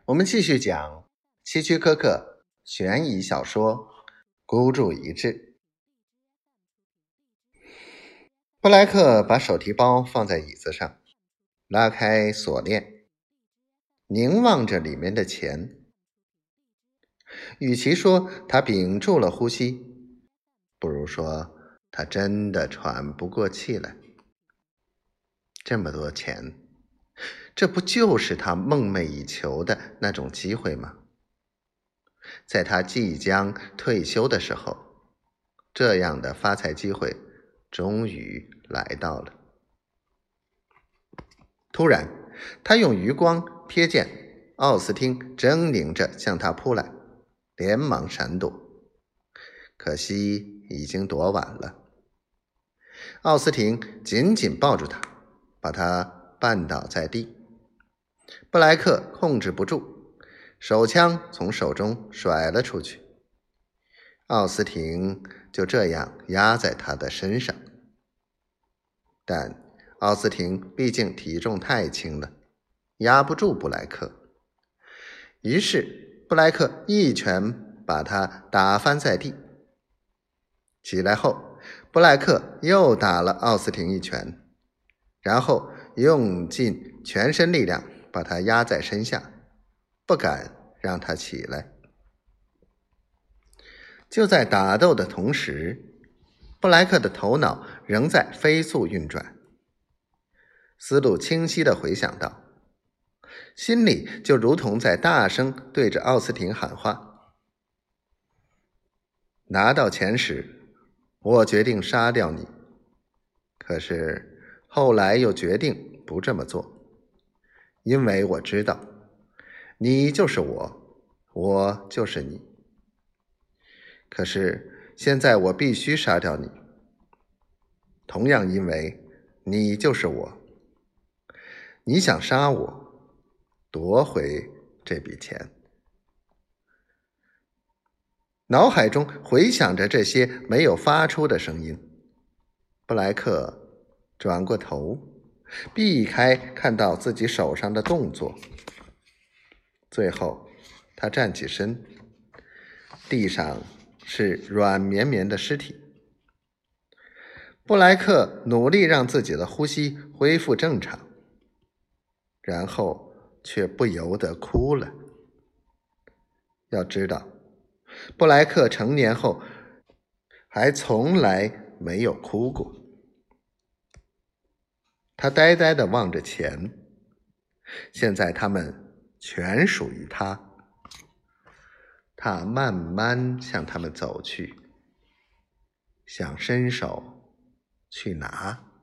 我们继续讲希区柯克悬疑小说《孤注一掷》。布莱克把手提包放在椅子上，拉开锁链，凝望着里面的钱。与其说他屏住了呼吸，不如说他真的喘不过气来。这么多钱，这不就是他梦寐以求的那种机会吗？在他即将退休的时候，这样的发财机会终于来到了。突然，他用余光瞥见奥斯汀狰狞着向他扑来，连忙闪躲。可惜已经躲晚了。奥斯汀紧紧抱住他，把他绊倒在地。布莱克控制不住，手枪从手中甩了出去。奥斯汀就这样压在他的身上。但奥斯汀毕竟体重太轻了，压不住布莱克。于是布莱克一拳把他打翻在地。起来后，布莱克又打了奥斯汀一拳，然后用尽全身力量把他压在身下，不敢让他起来。就在打斗的同时，布莱克的头脑仍在飞速运转，思路清晰地回想道，心里就如同在大声对着奥斯汀喊话：拿到钱时，我决定杀掉你，可是后来又决定不这么做，因为我知道你就是我，我就是你。可是现在我必须杀掉你，同样因为你就是我。你想杀我，夺回这笔钱。脑海中回响着这些没有发出的声音。布莱克转过头，避开看到自己手上的动作。最后他站起身，地上是软绵绵的尸体。布莱克努力让自己的呼吸恢复正常，然后却不由得哭了。要知道，布莱克成年后还从来没有哭过。他呆呆地望着钱，现在他们全属于他。他慢慢向他们走去，想伸手去拿。